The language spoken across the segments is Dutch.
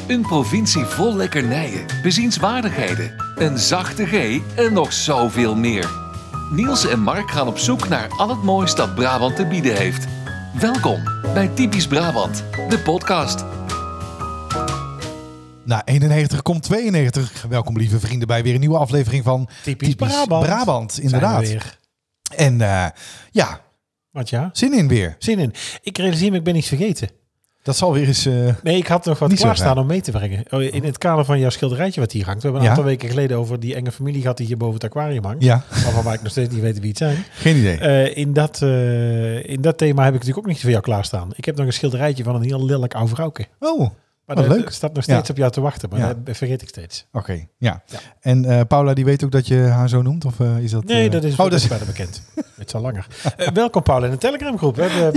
Een provincie vol lekkernijen, bezienswaardigheden, een zachte G en nog zoveel meer. Niels en Mark gaan op zoek naar al het moois dat Brabant te bieden heeft. Welkom bij Typisch Brabant, de podcast. Na 91 komt 92. Welkom lieve vrienden bij weer een nieuwe aflevering van Typisch Brabant. Inderdaad. Weer. En Wat ja? zin in weer. Zin in. Ik realiseer me, ik ben iets vergeten. Dat zal weer eens... Nee, ik had nog wat niet klaarstaan om mee te brengen. In het kader van jouw schilderijtje wat hier hangt. We hebben een Ja? aantal weken geleden over die enge familie gehad die hier boven het aquarium hangt. Ja, Waarvan ik nog steeds niet weet wie het zijn. geen idee. In dat thema heb ik natuurlijk ook niet voor jou klaarstaan. Ik heb nog een schilderijtje van een heel lelijk oud vrouwke. Oh, Maar wat dat leuk. staat nog steeds Ja. op jou te wachten. Maar Ja. dat vergeet ik steeds. Oké, ja. Ja. En Paula die weet ook dat je haar zo noemt? Of is dat... Nee, dat is dat is... verder bekend. Het is al langer. Welkom Paula in de Telegram groep.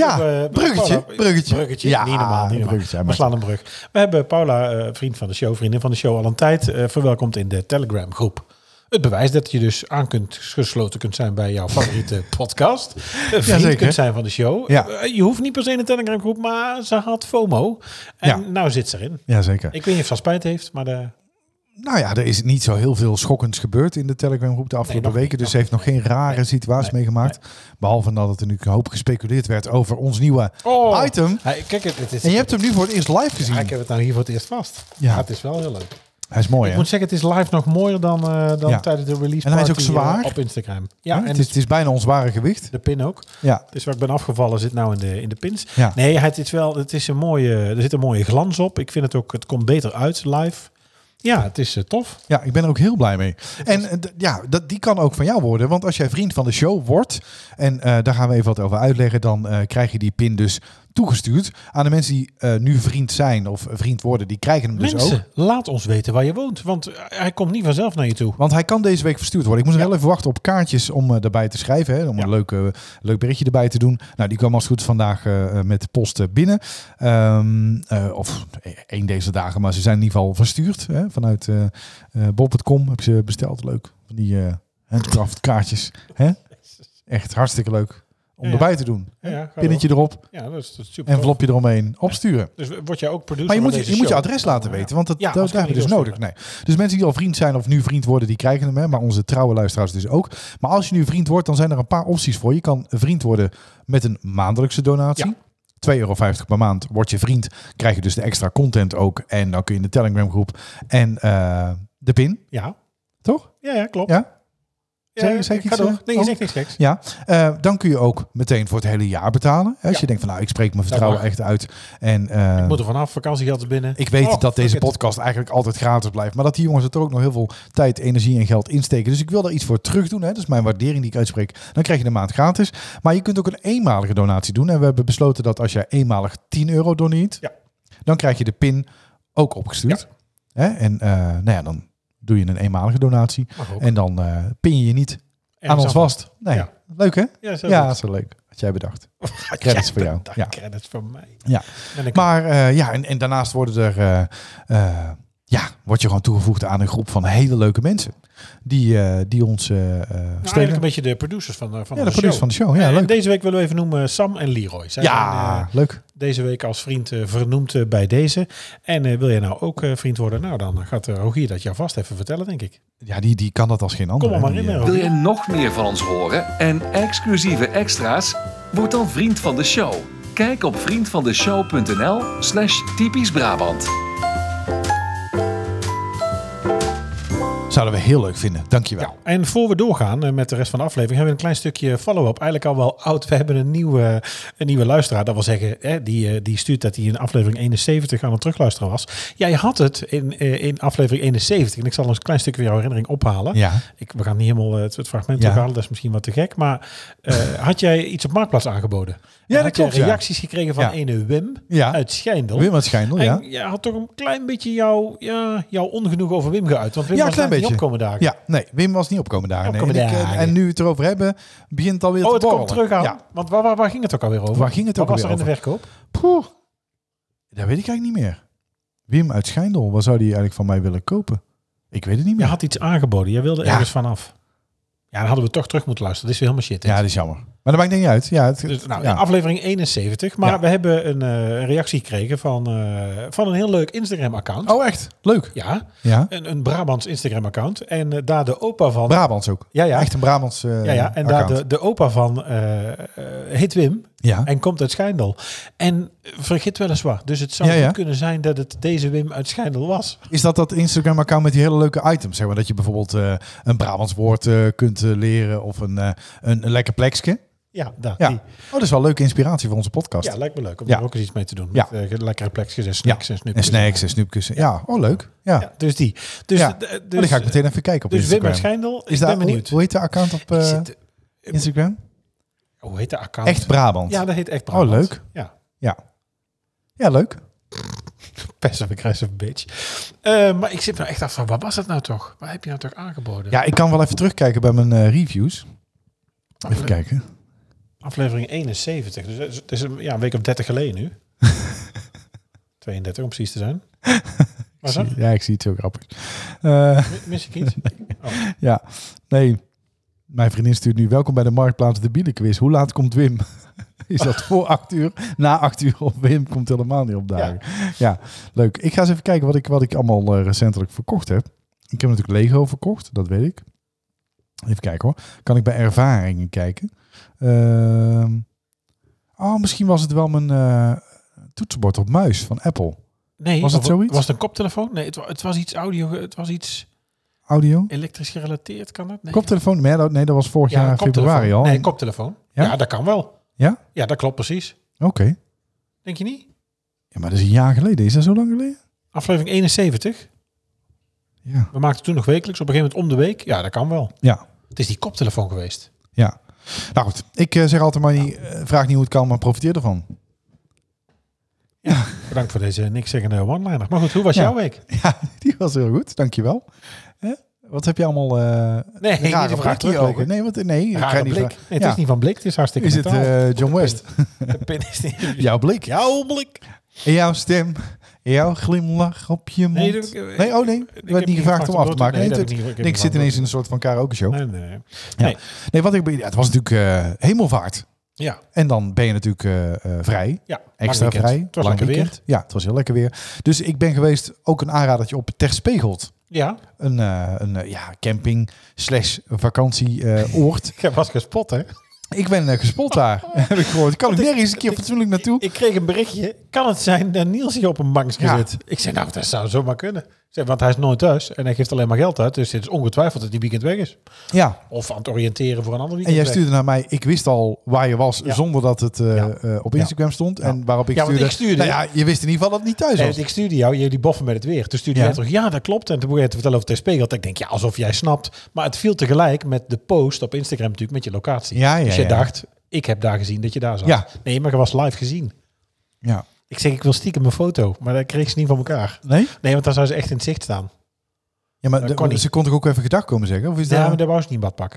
Bruggetje. Bruggetje. Ja, Niet normaal. bruggetje, We slaan een brug. We hebben Paula, vriend van de show, vriendin van de show al een tijd, verwelkomd in de Telegram groep. Het bewijst dat je dus gesloten kunt zijn bij jouw favoriete podcast. Vriend zeker. kunt zijn van de show. Ja. Je hoeft niet per se in de Telegram groep, maar ze had FOMO. En Ja. nou zit ze erin. Jazeker. Ik weet niet of ze al spijt heeft, maar Nou ja, er is niet zo heel veel schokkends gebeurd in de Telegram groep de afgelopen nog niet, weken. Dus nog ze heeft nog geen rare situatie Nee. meegemaakt. Behalve dat het er nu een hoop gespeculeerd werd over ons nieuwe item. Kijk, het is... En je hebt hem nu voor het eerst live gezien. Ja, ik heb het nou hier voor het eerst vast. Ja. Ja, het is wel heel leuk. Hij is mooi, Ik hè? moet zeggen, het is live nog mooier dan Ja. tijdens de release En hij is party ook zwaar. op Instagram. Ja, Ja, en het is bijna ons ware gewicht. de pin ook. Ja, Dus waar ik ben afgevallen zit nou in de pins. Ja. Nee, het is een mooie, er zit een mooie glans op. Ik vind het ook, het komt beter uit live. Ja, het is tof. ja, ik ben er ook heel blij mee. En die kan ook van jou worden. Want als jij vriend van de show wordt, en daar gaan we even wat over uitleggen, dan krijg je die pin dus toegestuurd aan de mensen die nu vriend zijn of vriend worden. Die krijgen hem dus Mensen, ook. laat ons weten waar je woont. Want hij komt niet vanzelf naar je toe. Want hij kan deze week verstuurd worden. Ik moest nog heel even wachten op kaartjes om erbij te schrijven. Hè, om een leuk berichtje erbij te doen. Nou, die kwam als het goed vandaag met de post binnen. Of één deze dagen, maar ze zijn in ieder geval verstuurd. Hè, vanuit bol.com heb ik ze besteld. Leuk. Van die handcraft kaartjes. Hè? Echt hartstikke leuk om erbij te doen. Ja, Pinnetje erop, Ja, dat is super. envelopje eromheen, opsturen. Dus word jij ook producer Maar je van moet, deze je moet je show? adres laten weten, want dat Ja, daar als hebben we ik dus niet nodig. Nee. Dus mensen die al vriend zijn of nu vriend worden, die krijgen hem. Hè, maar onze trouwe luisteraars dus ook. Maar als je nu vriend wordt, dan zijn er een paar opties voor. Je kan vriend worden met een maandelijkse donatie. Ja. €2,50 per maand. Word je vriend, krijg je dus de extra content ook. En dan kun je in de Telegram groep en de pin. Ja. Toch? Ja, klopt. Ja? Ja, Zeg ik ga iets, door. Nee, je oh? zegt niks geks. Ja, dan kun je ook meteen voor het hele jaar betalen. Als je denkt van nou, ik spreek mijn vertrouwen mag. echt uit. En Ik moet er vanaf, vakantiegeld is binnen. ik weet dat deze fuck it. podcast eigenlijk altijd gratis blijft. Maar dat die jongens er ook nog heel veel tijd, energie en geld insteken. Dus ik wil daar iets voor terug doen. Hè. Dat is mijn waardering die ik uitspreek. Dan krijg je een maand gratis. Maar je kunt ook een eenmalige donatie doen. En we hebben besloten dat als jij eenmalig €10 doneert, dan krijg je de pin ook opgestuurd. Hè? En dan doe je een eenmalige donatie. Mag ook. En dan pin je niet aan ons vast. Nee, Ja. leuk hè? Ja, zo Ja, goed. dat is wel leuk. Had jij bedacht. Credits voor jou. Ja. Credits voor mij. Ja. Ben ik Maar en daarnaast worden er, word je gewoon toegevoegd aan een groep van hele leuke mensen. Die ons eigenlijk steunen. een beetje de producers van Ja, de show. producers van de show. Ja, En leuk. deze week willen we even noemen Sam en Leroy. Zij zijn, Leuk. deze week als vriend vernoemd bij deze. En wil jij nou ook vriend worden? Nou, dan gaat Rogier dat jou vast even vertellen, denk ik. Ja, die kan dat als geen ander. Kom er maar hè. in, Die, Rogier. Wil je nog meer van ons horen en exclusieve extra's? Word dan vriend van de show. Kijk op vriendvandeshow.nl/typisch Brabant. Zouden we heel leuk vinden. Dankjewel. Ja, en voor we doorgaan met de rest van de aflevering, hebben we een klein stukje follow-up. Eigenlijk al wel oud. We hebben een nieuwe luisteraar. Dat wil zeggen, die stuurt dat hij in aflevering 71 aan het terugluisteren was. Jij had het in aflevering 71. En ik zal een klein stukje van jouw herinnering ophalen. Ja. We gaan niet helemaal het fragment Ja. terughalen. Dat is misschien wat te gek. Maar had jij iets op Marktplaats aangeboden? Ja, En dat had jij klopt, ja. reacties gekregen van Ja. ene Wim Ja. uit Schijndel? Wim uit Schijndel, ja. En jij had toch een klein beetje jouw ongenoeg over Wim geuit. Want Wim Ja, was klein daar niet beetje. opkomen dagen. Ja, nee, Wim was niet opkomen dagen. Nee. Opkomen En, dagen. en nu we het erover hebben, begint het alweer Oh, te het komt borrelen. terug aan. Ja. Want waar ging het ook alweer over? Waar ging het ook Wat was er alweer in de verkoop? Poeh, dat weet ik eigenlijk niet meer. Wim uit Schijndel, wat zou die eigenlijk van mij willen kopen? Ik weet het niet Je meer. had iets aangeboden. Jij wilde Ja. ergens vanaf. Ja, dan hadden we toch terug moeten luisteren. Dit is weer helemaal shit. Ja, dat is jammer. Maar dat maakt niet uit. Ja, Dus, aflevering 71. Maar we hebben een reactie gekregen van een heel leuk Instagram-account. Oh, echt? Leuk. Ja, Ja. een Brabants Instagram-account. En daar de opa van... Brabants ook. Ja. Echt een Brabants En account. daar de opa van heet Wim. Ja. En komt uit Schijndel. En vergeet wel eens wat. Dus het zou goed kunnen zijn dat het deze Wim uit Schijndel was. Is dat Instagram-account met die hele leuke items? Zeg maar dat je bijvoorbeeld een Brabants woord kunt leren of een lekker plekje. Ja, Ja. die. Oh, dat is wel leuke inspiratie voor onze podcast. Ja, lijkt me leuk om Ja. daar ook eens iets mee te doen. Ja. Met lekkere plekjes en snacks en En snoepjes. snacks en snoepkussen. Ja, oh leuk. Ja. Ja, dus die. Dus, Ja. Dan ga ik meteen even kijken op dus Wim Instagram. uit Schijndel, Is ik ben dat, benieuwd. hoe heet de account op Instagram? Hoe heet de account? Echt Brabant. Ja, dat heet echt Brabant. Oh, leuk. Ja. Ja, leuk. Passive-aggressive bitch. Maar ik zit nou echt af van, wat was dat nou toch? Wat heb je nou toch aangeboden? Ja, ik kan wel even terugkijken bij mijn reviews. Even kijken. Aflevering 71. Dus het is een week of 30 geleden nu. 32 om precies te zijn. Was dat? Ja, ik zie het zo grappig. Mis ik iets? Oh. Ja, nee. Mijn vriendin stuurt nu: welkom bij de Marktplaats de Bielenquiz. Hoe laat komt Wim? Is dat voor 8 uur? Na 8 uur of Wim komt helemaal niet opdagen. Ja, leuk. Ik ga eens even kijken wat ik allemaal recentelijk verkocht heb. Ik heb natuurlijk Lego verkocht, dat weet ik. Even kijken hoor. Kan ik bij ervaringen kijken? Misschien was het wel mijn toetsenbord op muis van Apple. Nee, was het zoiets? Was het een koptelefoon? Nee, het was iets audio. Het was iets Audio? elektrisch gerelateerd, kan dat? Nee. Koptelefoon? Nee, dat was vorig jaar februari al. Nee, koptelefoon. Ja? Ja, dat kan wel. Ja? Ja, dat klopt precies. Oké. Denk je niet? Ja, maar dat is een jaar geleden. Is dat zo lang geleden? Aflevering 71. Ja. We maakten toen nog wekelijks. Op een gegeven moment om de week. Ja, dat kan wel. Ja. Het is die koptelefoon geweest. Ja. Nou goed, ik zeg altijd maar niet, vraag niet hoe het kan, maar profiteer ervan. Ja, bedankt voor deze niks zeggende one-liner. Maar goed, hoe was jouw week? Ja, die was heel goed. Dankjewel. Wat heb je allemaal Nee, niet rare de vraag blik in je ogen? terugleggen. Nee, ik Rare ga niet blik. vragen. Nee, het is niet van blik. Het is hartstikke Is het metaal. John West? De pin is niet... Jouw blik. Jouw blik. En jouw stem. Jouw glimlach op je mond. Nee, Nee, ik er werd niet gevraagd om af te maken. Ik zit ineens in een soort van karaoke show. Nee. Nee, het was natuurlijk hemelvaart. Ja. En dan ben je natuurlijk vrij. Ja. Extra lang weekend. vrij. Het was lang lekker weekend. Ja, het was heel lekker weer. Dus ik ben geweest, ook een aanradertje op Ter Spegelt. Ja. Een camping / vakantieoord. Ik was gespot, hè? Ik ben gespot daar, heb ik gehoord. Kan ik nergens een keer fatsoenlijk naartoe? Ik kreeg een berichtje. Kan het zijn dat Niels hier op een bankje Ja. zit? Ik zei, nou, dat zou zomaar kunnen. Ik zei, want hij is nooit thuis en hij geeft alleen maar geld uit. Dus het is ongetwijfeld dat die weekend weg is. Ja, Of aan het oriënteren voor een ander en weekend jij weg. stuurde naar mij. Ik wist al waar je was, Ja. zonder dat het op Instagram stond. Ja. En waarop ik Ja, want stuurde... ik stuurde- Nou ja, je wist in ieder geval dat het niet thuis En was. ik stuurde jou, jullie boffen met het weer. Toen stuurde Ja. jij terug, ja, dat klopt. En toen begon je te vertellen over Ter Spegelt. Ik denk, ja, alsof jij snapt. Maar het viel tegelijk met de post op Instagram natuurlijk, met je locatie. Ja, dus je ja. dacht, ik heb daar gezien dat je daar zat. Ja. Nee, maar je was live gezien. Ja. Ik zeg, ik wil stiekem een foto. Maar dat kreeg ze niet van elkaar. Nee? Nee, want dan zou ze echt in het zicht staan. Ja, maar Dat kon niet. ze kon toch ook even gedag komen zeggen? Of is Ja, dat... maar daar wou ze niet in badpak.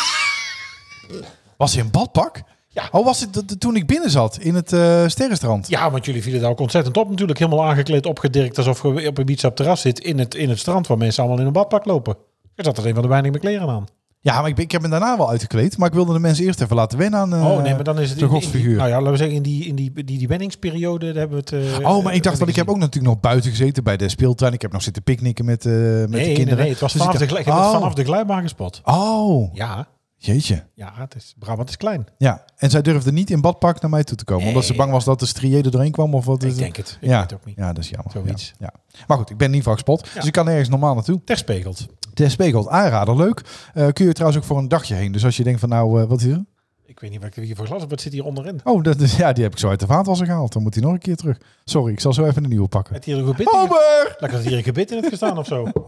Was hij een badpak? Ja. Oh, was het toen ik binnen zat in het Sterrenstrand? Ja, want jullie vielen daar ook ontzettend op natuurlijk. Helemaal aangekleed, opgedirkt, alsof je op een beach op terras zit in het strand waar mensen allemaal in een badpak lopen. Je zat er een van de weinige kleren aan. Ja, maar ik heb me daarna wel uitgekleed. Maar ik wilde de mensen eerst even laten wennen aan Nee, maar dan is het de godsfiguur. nou ja, laten we zeggen, in die wenningsperiode daar hebben we het... Maar ik dacht, want ik heb ook natuurlijk nog buiten gezeten bij de speeltuin. Ik heb nog zitten picknicken met de kinderen. Nee, het was Dus vanaf, ik ik heb dacht, het vanaf de glijbaan gespot. Oh, Ja, jeetje. Brabant is klein. Ja, en zij durfde niet in badpak naar mij toe te komen. Omdat ze bang was dat de strié er doorheen kwam. Of wat is Ik het? denk het. Ik Ja. weet het ook niet. Ja, dat is jammer. Zoiets. Ja. Maar goed, ik ben in ieder geval gespot. Dus ik kan nergens normaal naartoe. Ter Spegelt. Ter Spegelt, aanrader, leuk. Kun je trouwens ook voor een dagje heen. Dus als je denkt van nou, wat is er? Ik weet niet wat ik hier voor glas heb. Wat zit hier onderin? Oh, die heb ik zo uit de vaatwasser gehaald. Dan moet hij nog een keer terug. Sorry, ik zal zo even een nieuwe pakken. Heeft hier een gebit in? Ober! Lekker had hier een gebit in het gestaan of zo.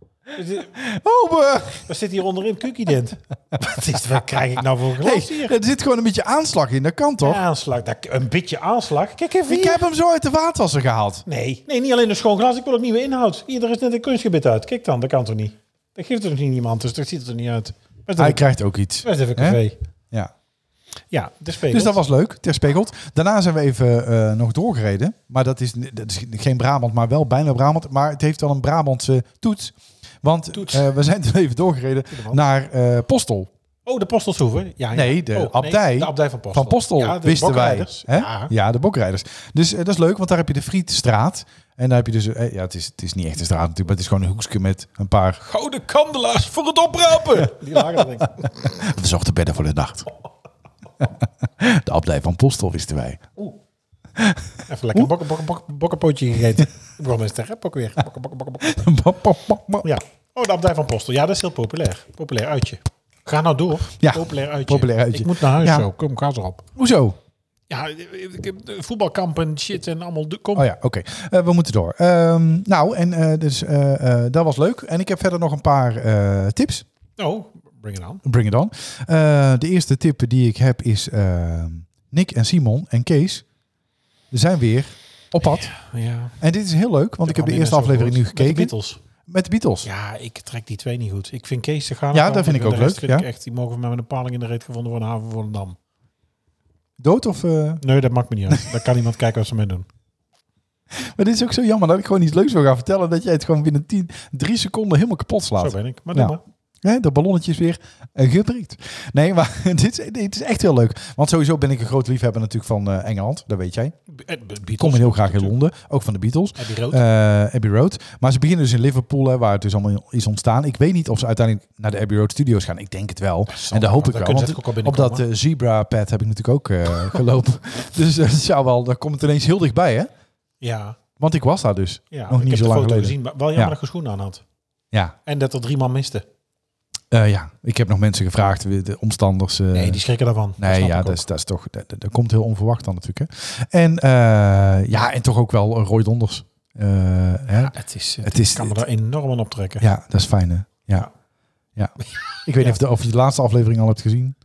Ober! Wat zit hier onderin? Kukident. Wat krijg ik nou voor glas Hey, hier? er zit gewoon een beetje aanslag in. Dat kan toch? Aanslag. Een beetje aanslag. Kijk even Ik hier. heb hem zo uit de vaatwasser gehaald. Nee, niet alleen een schoon glas. Ik wil ook nieuwe inhoud. Hier, er is net een kunstgebit uit. Kijk dan, dat kan toch niet? Dat geeft er nog niet niemand, dus dat ziet er niet uit. Hij krijgt ook iets. Best even Hè? café. Ja. Ja, de Spegelt. Dus dat was leuk, Ter Spegelt. Daarna zijn we even nog doorgereden. Maar dat is geen Brabant, maar wel bijna Brabant. Maar het heeft wel een Brabantse toets. Want we zijn toen even doorgereden naar Postel. Oh, de Postelshoeve? Ja. Nee, de abdij. De abdij van Postel. Van Postel Ja, de wisten wij. bokrijders. Hè? Ja. Ja, de bokrijders. Dus dat is leuk, want daar heb je de Frietstraat. En daar heb je dus... het is niet echt een straat natuurlijk, maar het is gewoon een hoekje met een paar... Gouden kandelaars voor het oprapen. Die lagen er, denk ik. We zochten bedden voor de nacht. De abdij van Postel wisten wij. Even lekker bokkenpootje gegeten. Ik begon eens te rappen ook weer. Bokken. Ja. Oh, de abdij van Postel. Ja, dat is heel populair. Populair uitje. Ga nou door. Ja, Populair uitje. populair uitje. Ik moet naar huis Ja. zo. Kom, ga erop. Hoezo? Ja, ik heb voetbalkampen en shit en allemaal. Kom. Oh ja, oké. We moeten door. Dat was leuk. En ik heb verder nog een paar tips. Oh, bring it on. Bring it on. De eerste tip die ik heb is Nick en Simon en Kees. Ze zijn weer op pad. Ja. En dit is heel leuk, want ik heb de eerste aflevering nu gekeken. Met de Beatles. Met de Beatles. Ja, ik trek die twee niet goed. Ik vind Kees te gaan. Ja, dat vind ik ook leuk, ja. Echt, die mogen mij met een paling in de reet gevonden worden haven voor een dam. Dood of... Nee, dat maakt me niet uit. Daar kan iemand kijken wat ze mee doen. Maar dit is ook zo jammer dat ik gewoon iets leuks wil gaan vertellen. Dat jij het gewoon binnen 3 seconden helemaal kapot slaat. Zo ben ik. Maar doe maar. Ja, de ballonnetje is weer geprikt. Nee, maar dit is echt heel leuk. Want sowieso ben ik een groot liefhebber natuurlijk van Engeland. Dat weet jij. Ik kom heel graag in Londen. Ook van de Beatles. Abbey Road. Maar ze beginnen dus in Liverpool, hè, waar het dus allemaal is ontstaan. Ik weet niet of ze uiteindelijk naar de Abbey Road Studios gaan. Ik denk het wel. En daar hoop ik wel. Want op dat zebra pad heb ik natuurlijk ook gelopen. Dus dat zou wel, daar komt het ineens heel dichtbij, hè? Ja. Want ik was daar dus. Ja, nog niet zo lang geleden. Gezien, maar wel jammer dat je schoenen aan had. Ja. En dat er 3 man miste. Ja, ik heb nog mensen gevraagd, de omstanders. Nee, die schrikken daarvan. Nee, ja, dat is toch, dat komt heel onverwacht dan natuurlijk. Hè. En en toch ook wel Roy Donders. Ja, het kan me daar enorm aan optrekken. Ja, dat is fijn, hè. Ja. Ik weet niet of je de laatste aflevering al hebt gezien.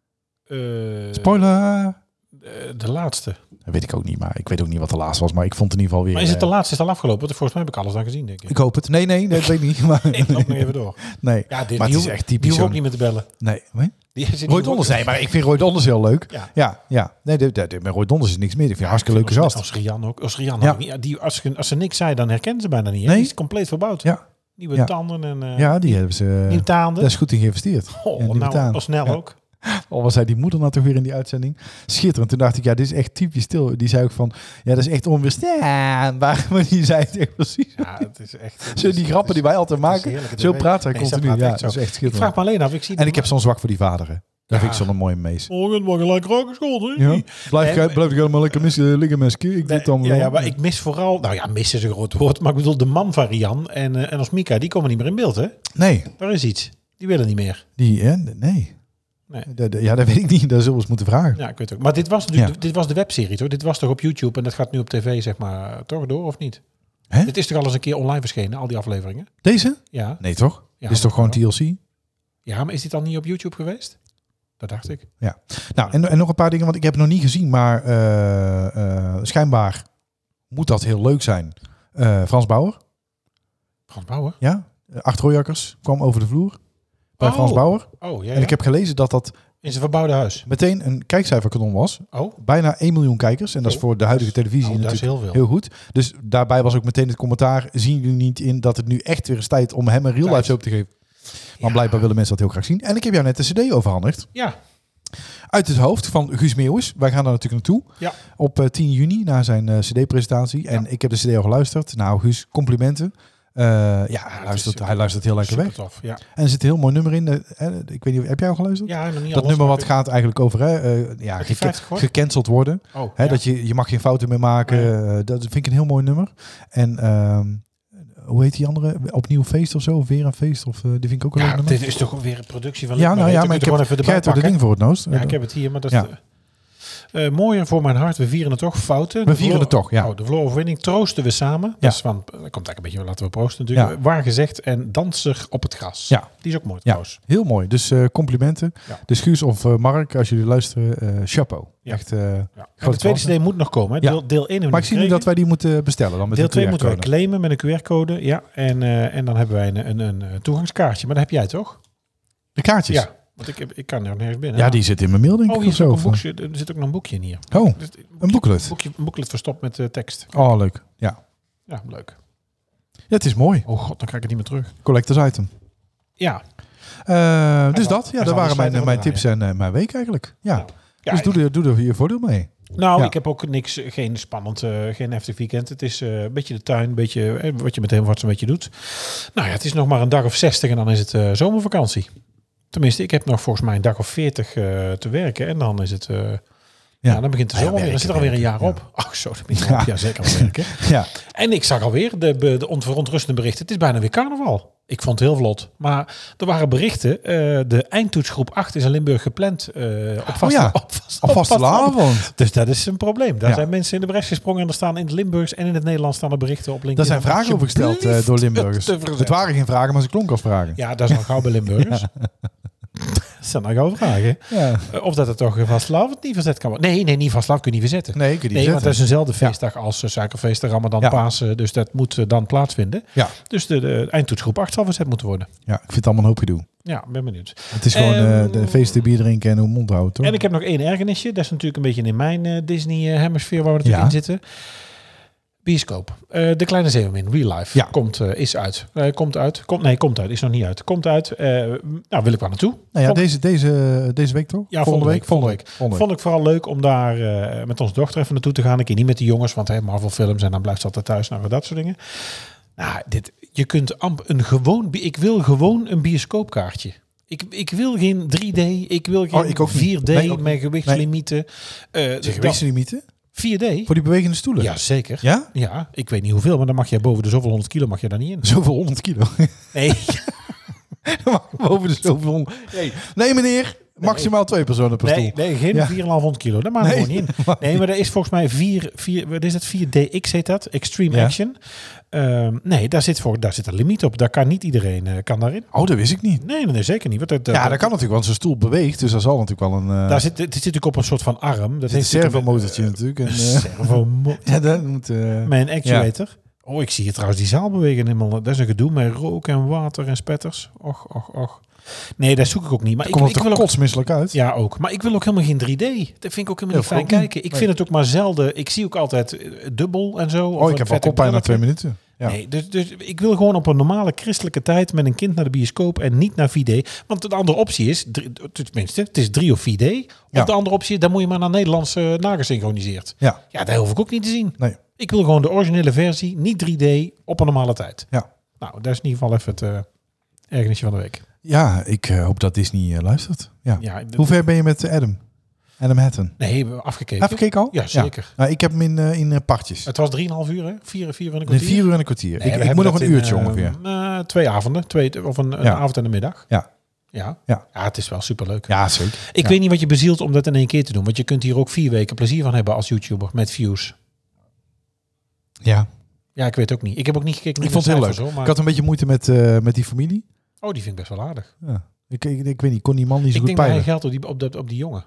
Spoiler! De laatste. Dat weet ik ook niet, maar ik weet ook niet wat de laatste was. Maar ik vond het in ieder geval weer... Maar is het de laatste? Is het al afgelopen? Want volgens mij heb ik alles aan gezien, denk ik. Ik hoop het. Nee, dat weet ik niet. Maar ik loop nog even door. Nee, ja, maar het is echt typisch. Die hoef ook niet meer te bellen. Nee, Roy Donders, nee, maar ik vind Roy Donders heel leuk. Ja. Nee, met Roy Donders is niks meer. Ik vind hartstikke leuke gast. Als Rian ook. Als ze niks zei, dan herkennen ze bijna niet. Hè? Nee. Die is compleet verbouwd. Ja. Nieuwe tanden en... ja, die hebben ze... Nieuwe taanden. Daar is goed in geïnvesteerd. Al snel ook. Al was hij die moeder nou toch weer in die uitzending. Schitterend. Toen dacht ik, ja, dit is echt typisch stil. Die zei ook van, ja, dat is echt onweerstaanbaar. Maar die zei het echt precies. Ja, het is echt... Zo die grappen die wij altijd maken. Zo praat hij continu. Ja, dat is echt schitterend. Ik vraag me alleen af. Ik heb zo'n zwak voor die vaderen. Dat vind ik zo'n mooie mees. Morgen mag gelijk raken school. Ja. Blijf ik helemaal lekker liggen, mesje. Ik dit dan ja, maar ik mis vooral... Nou ja, mis is een groot woord. Maar ik bedoel, de man van Rian en als Mika, die komen niet meer in beeld, hè? Nee. Daar is iets. Die willen niet meer. Nee. Ja, dat weet ik niet. Daar zullen we eens moeten vragen. Ja, ik weet het ook. Maar dit was de webserie, toch? Dit was toch op YouTube en dat gaat nu op tv, zeg maar, toch door, of niet? Hè? Dit is toch al eens een keer online verschenen, al die afleveringen? Deze? Ja. Nee, toch? Ja, dit is toch gewoon TLC? Ja, maar is dit dan niet op YouTube geweest? Dat dacht ik. Ja. Nou, en nog een paar dingen, want ik heb het nog niet gezien, maar schijnbaar moet dat heel leuk zijn. Frans Bauer. Frans Bauer? Ja. 8 Royakkers kwam over de vloer bij Frans Bauer. Oh, ja. En ik heb gelezen dat in zijn verbouwde huis meteen een kijkcijferkanon was. Oh. Bijna 1 miljoen kijkers. En dat is voor de huidige televisie natuurlijk heel goed. Dus daarbij was ook meteen het commentaar. Zien jullie niet in dat het nu echt weer is tijd om hem een real life soap te geven? Maar blijkbaar willen mensen dat heel graag zien. En ik heb jou net de cd overhandigd. Ja. Uit het hoofd van Guus Meeuwis. Wij gaan daar natuurlijk naartoe. Ja. Op 10 juni na zijn cd-presentatie. Ja. En ik heb de cd al geluisterd. Nou, Guus, complimenten. Hij luistert heel lekker weg. Tof, ja. En er zit een heel mooi nummer in. Ik weet niet, heb jij al geluisterd? Ja, nog niet dat nummer wat gaat eigenlijk over gecanceld worden. Oh, Dat je mag geen fouten meer maken. Nee. Dat vind ik een heel mooi nummer. En hoe heet die andere? Opnieuw feest of zo? Of weer een feest? Of die vind ik ook een leuk nummer. Dit is toch weer een productie van... Ja, nou ja, maar ik heb de ding voor het noost. Ja, ik heb het hier, maar dat is... mooier voor mijn hart. We vieren het toch fouten. We vieren het toch, ja. De verloren troosten we samen. Dat is van, dat komt eigenlijk een beetje, laten we proosten natuurlijk. Ja. Waar gezegd en danser op het gras. Ja. Die is ook mooi trouwens. Ja, heel mooi. Dus complimenten. Ja. Dus Guus of Mark, als jullie luisteren, chapeau. Ja. Echt de tweede CD moet nog komen. Hè? Deel 1 maar ik zie nu dat wij die moeten bestellen. Dan met deel 2 moeten wij claimen met een QR-code. Ja. En dan hebben wij een toegangskaartje. Maar dat heb jij toch? De kaartjes? Ja. Want ik kan er nergens binnen. Ja, die zit in mijn mail, denk ik. Hier zit ook een boekje. Er zit ook nog een boekje in hier. Oh, een booklet. Een booklet verstopt met tekst. Oh, leuk. Ja. Ja, leuk. Ja, het is mooi. Oh god, dan krijg ik het niet meer terug. Collectors item. Ja. Dus dat zal waren besluiten mijn wat tips en mijn week eigenlijk. Ja. Ja, Dus doe er je voordeel mee. Nou, Ja. ik heb ook geen spannend, geen heftig weekend. Het is een beetje de tuin, een beetje wat je met heel wat zo'n beetje doet. Nou ja, het is nog maar een dag of 60 en dan is het zomervakantie. Tenminste, ik heb nog volgens mij een dag of 40 te werken en dan is het... Ja, dan begint de zomer weer. Dan zit er alweer een jaar op. Ach zo, dat begint op. Ja, zeker al werken. Ja. En ik zag alweer de verontrustende berichten. Het is bijna weer carnaval. Ik vond het heel vlot. Maar er waren berichten. De eindtoetsgroep 8 is in Limburg gepland op vastelavond. Dus dat is een probleem. Daar Ja. zijn mensen in de bres gesprongen. En er staan in het Limburgs en in het Nederlands staan er berichten op Daar LinkedIn. zijn vragen over gesteld door Limburgers. Het waren geen vragen, maar ze klonken als vragen. Ja, dat is nog gauw bij Limburgers. Dat zijn nog gauw vragen. Ja. Of dat het toch vastelavond niet verzet kan worden. Nee, niet vastelavond kun je niet verzetten. Nee, kun je niet Nee, want dat is zetten. eenzelfde feestdag als suikerfeest, Ramadan, Ja. Pasen. Dus dat moet dan plaatsvinden. Ja. Dus de eindtoetsgroep 8 zal verzet moeten worden. Ja, ik vind het allemaal een hoop gedoe. Ja, ben benieuwd. Het is gewoon de feesten, bier drinken en hoe mond houden, toch? En ik heb nog één ergernisje. Dat is natuurlijk een beetje in mijn Disney hemisphere waar we natuurlijk in zitten. Bioscoop. De Kleine Zeemermin, Real Life. Ja. Is uit. Komt uit. Is nog niet uit. Komt uit. Nou, wil ik wel naartoe. Nou ja, Vond- deze week toch? Ja, volgende week. Vond ik vooral leuk om daar met onze dochter even naartoe te gaan. Ik keer niet met de jongens, want Marvel films en dan blijft ze altijd thuis. Nou, dat soort dingen. Nou, je kunt ik wil gewoon een bioscoopkaartje. Ik wil geen 3D. Ik wil geen ik ook niet. 4D Nee, ook niet. met gewichtslimieten. Zijn gewichtslimieten? 4D? Voor die bewegende stoelen? Ja, zeker. Ja? Ja, ik weet niet hoeveel, maar dan mag je boven de zoveel 100 kilo mag je daar niet in. Zoveel 100 kilo. Nee. Boven de zoveel 100. Nee meneer, maximaal 2 personen per stoel. Nee, geen Ja. 4,5 kilo. Dat mag er Nee. gewoon niet in. Nee, maar dat is volgens mij 4DX heet dat. Extreme Ja. Action. Nee, daar zit een limiet op. Daar kan niet iedereen kan daarin. Oh, dat wist ik niet. Nee, zeker niet. Want Ja, dat kan natuurlijk, want zijn stoel beweegt, dus dat zal natuurlijk wel een... Daar zit natuurlijk op een soort van arm. Dat een heeft servomotortje natuurlijk. Een servomotor. Ja, dat moet... Mijn actuator. Oh, ik zie hier trouwens die zaal bewegen helemaal. Dat is een gedoe met rook en water en spetters. Och. Nee, dat zoek ik ook niet. Maar komt ik er wil ook... kotsmisselijk uit. Ja, ook. Maar ik wil ook helemaal geen 3D. Dat vind ik ook helemaal niet fijn kijken. Ik vind het ook maar zelden. Ik zie ook altijd dubbel en zo. Oh, ik heb al koppijn na 2 minuten. Ja. Nee, dus ik wil gewoon op een normale christelijke tijd met een kind naar de bioscoop en niet naar 4D. Want de andere optie is, tenminste, het is 3 of 4D. Of de andere optie, dan moet je maar naar Nederlands nagesynchroniseerd. Ja. Ja, dat hoef ik ook niet te zien. Nee. Ik wil gewoon de originele versie, niet 3D, op een normale tijd. Ja. Nou, dat is in ieder geval even het ergernisje van de week. Ja, ik hoop dat Disney luistert. Ja. Ja, Hoe ver ben je met Adam Hatton? Nee, hebben we afgekeken. Afgekeken al? Ja, zeker. Nou, ik heb hem in partjes. Het was 3,5 uur, hè? 4 uur en een Nee, kwartier. 4 uur en een kwartier. Nee, we ik moet nog hebben een dat uurtje in, ongeveer. 2 avonden. Of een avond en een middag. Ja. Ja, het is wel superleuk. Ja, zeker. Ik weet niet wat je bezielt om dat in 1 keer te doen. Want je kunt hier ook 4 weken plezier van hebben als YouTuber met views. Ja. Ja, ik weet ook niet. Ik heb ook niet gekeken. Ik vond het heel leuk. Zo, maar... Ik had een beetje moeite met die familie. Oh, die vind ik best wel aardig. Ja. Ik weet niet, kon die man niet zo Ik goed denk dat hij peilen. geld op die jongen.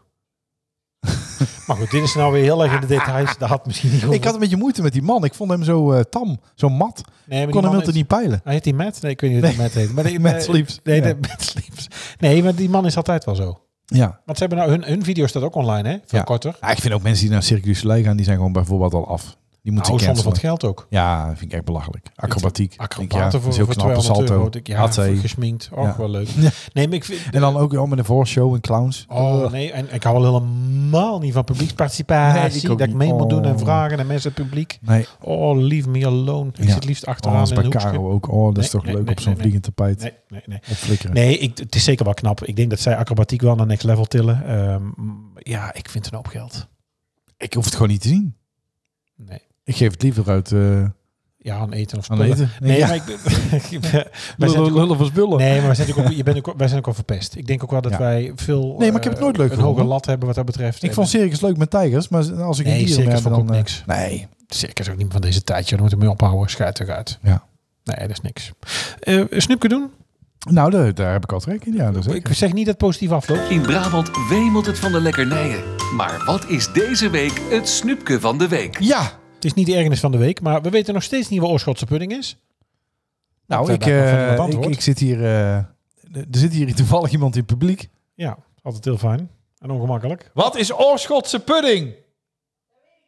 Maar goed, dit is nou weer heel erg in de details. Dat had misschien niet Ik had een beetje moeite met die man. Ik vond hem zo tam, zo mat. Nee, Ik kon hem niet peilen. Hij heet die Matt? Nee, ik weet niet hoe Matt heet. Maar Matt Sleeps. Nee, Ja. Matt Sleeps. Nee, maar die man is altijd wel zo. Ja. Want ze hebben nou hun video staat ook online, hè? Veel korter. Ja, ik vind ook mensen die naar Cirque du Soleil gaan, die zijn gewoon bijvoorbeeld al af. Die moeten Nou, zonder cancelen. van het geld ook. Ja, dat vind ik echt belachelijk. Acrobatiek. Acrobaten dat is heel voor knap. 200 Salto. euro. Ja, Hatsé. gesminkt. Oh, Ja. wel leuk. Ja. Nee, maar ik vind... En dan ook met een voorshow en clowns. Oh, nee. En ik hou al helemaal niet van publieksparticipatie. Nee, ik ook dat ik niet. mee moet doen en Oh. vragen en mensen het publiek. Nee. Oh, leave me alone. Ik zit liefst achteraan dat is in bij een hoekje. Caro ook. Oh, dat is Nee, toch nee, leuk nee, op zo'n nee, vliegend tapijt. Nee. Opflikkeren. Nee, het is zeker wel knap. Ik denk dat zij acrobatiek wel naar next level tillen. Ja, ik vind het een hoop geld. Ik hoef het gewoon niet te zien. Nee. Ik geef het liever uit Ja, aan eten of aan spullen. eten. Nee, ja. maar wij zijn ook, lullen voor spullen. nee, maar wij zijn ook wel verpest. Ik denk ook wel dat Ja. wij veel Nee, maar ik heb het nooit leuk een hoge gevonden. lat hebben wat dat betreft. Ik vond circus leuk met tijgers, maar als ik een Nee, dier circus heb, vond ik dan ook niks. Nee. Circus ook niet van deze tijd. Daar moeten we mee ophouden. Schuit eruit. Ja. Nee, dat is niks. Snoepje doen? Nou, daar heb ik al trek in. Ja, dat is Ik zeg niet dat het positief afloopt. In Brabant wemelt het van de lekkernijen. Maar wat is deze week het snoepje van de week? Ja. Het is niet de ergernis van de week, maar we weten nog steeds niet wat Oorschotse pudding is. Nou, Dat, daar kan van niemand antwoord. ik zit hier... er zit hier toevallig iemand in het publiek. Ja, altijd heel fijn en ongemakkelijk. Wat is Oorschotse pudding?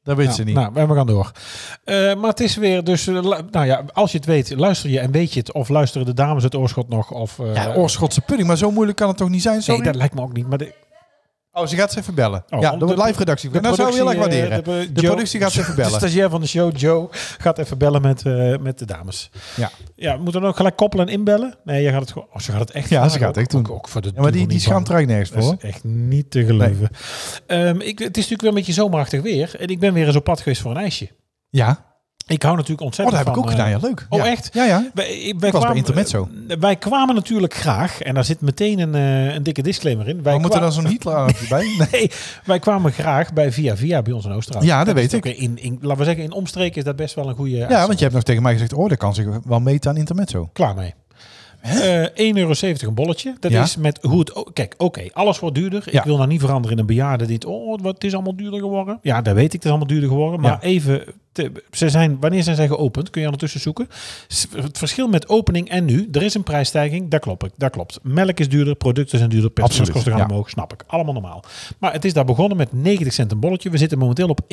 Dat weet ze niet. Nou, we gaan door. Maar het is weer dus... als je het weet, luister je en weet je het. Of luisteren de dames het oorschot nog. Of, Oorschotse pudding. Maar zo moeilijk kan het toch niet zijn? Sorry? nee, dat lijkt me ook niet. Maar Ze gaat ze even bellen. Oh, ja, de live redactie. Dat zou heel erg waarderen. De productie gaat ze even bellen. De stagiair van de show, Joe, gaat even bellen met de dames. Ja, moet dan ook gelijk koppelen en inbellen? Nee, je gaat het gewoon... ze gaat het echt... Ja, ze gaat het echt doen. Ook voor de maar die schaamt er eigenlijk nergens voor. Dat is echt niet te geloven. Nee. Het is natuurlijk weer een beetje zomerachtig weer. En ik ben weer eens op pad geweest voor een ijsje. Ja. Ik hou natuurlijk ontzettend dat heb ik ook gedaan. Ja, leuk. Oh, ja. echt? Ja. Wij was bij Intermezzo. Wij kwamen natuurlijk graag, en daar zit meteen een dikke disclaimer in. Wij moeten dan zo'n Hitler bij? Nee, wij kwamen graag bij Via bij ons in Oostenrijk. Ja, dat weet ik. Laten we zeggen, in omstreken is dat best wel een goede... Ja, want je hebt nog tegen mij gezegd, dat kan zich wel meten aan Intermezzo. Klaar mee. €1,70 een bolletje. Dat is met hoe het... Kijk, alles wordt duurder. Ja. Ik wil nou niet veranderen in een bejaarde die het is allemaal duurder geworden. Ja, dat weet ik, het is allemaal duurder geworden. Maar even... wanneer zijn zij geopend? Kun je ondertussen zoeken. Het verschil met opening en nu. Er is een prijsstijging, dat klopt. Melk is duurder, producten zijn duurder, personeelskosten gaan omhoog, snap ik. Allemaal normaal. Maar het is daar begonnen met 90 cent een bolletje. We zitten momenteel op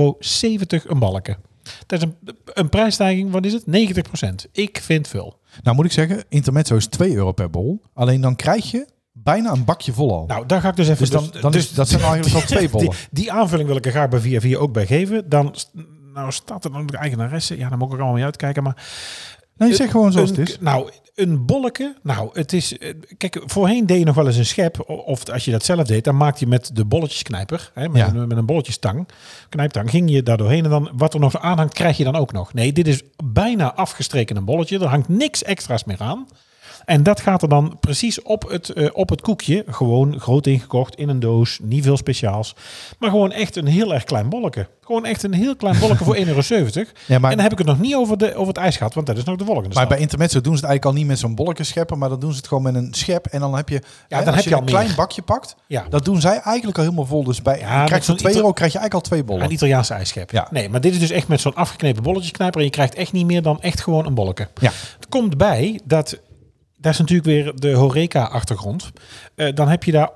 €1,70 een balken. Dat is een prijsstijging, wat is het? 90%. Ik vind veel. Nou moet ik zeggen, Intermezzo is €2 per bol. Alleen dan krijg je bijna een bakje vol al. Nou, daar ga ik dus even... dat zijn eigenlijk al 2 bollen. Die aanvulling wil ik er graag bij Via ook bij geven. Dan staat er dan de eigenaresse. Ja, daar moet ik ook allemaal mee uitkijken. Maar nee, zeg gewoon zoals het is. Nou, een bolletje. Nou, het is... Kijk, voorheen deed je nog wel eens een schep. Of als je dat zelf deed, dan maakte je met de bolletjesknijper. Met een bolletjestang. Knijptang. Ging je daar doorheen. En dan wat er nog aanhangt, krijg je dan ook nog. Nee, dit is bijna afgestreken een bolletje. Er hangt niks extra's meer aan. En dat gaat er dan precies op het koekje. Gewoon groot ingekocht in een doos. Niet veel speciaals. Maar gewoon echt een heel erg klein bolletje. Gewoon echt een heel klein bolletje voor €1,70. Ja, maar, en dan heb ik het nog niet over het ijs gehad. Want dat is nog de volgende stap. Maar bij Intermezzo doen ze het eigenlijk al niet met zo'n bolletje scheppen. Maar dan doen ze het gewoon met een schep. En dan heb je, als je een klein bakje pakt. Ja. Dat doen zij eigenlijk al helemaal vol. Dus krijg je voor €2 krijg je eigenlijk al 2 bollen. Een Italiaanse ijsschep. Ja. Nee, maar dit is dus echt met zo'n afgeknepen bolletjesknijper. En je krijgt echt niet meer dan echt gewoon een bolletje. Ja. Het komt bij dat... Daar is natuurlijk weer de horeca-achtergrond. Dan heb je daar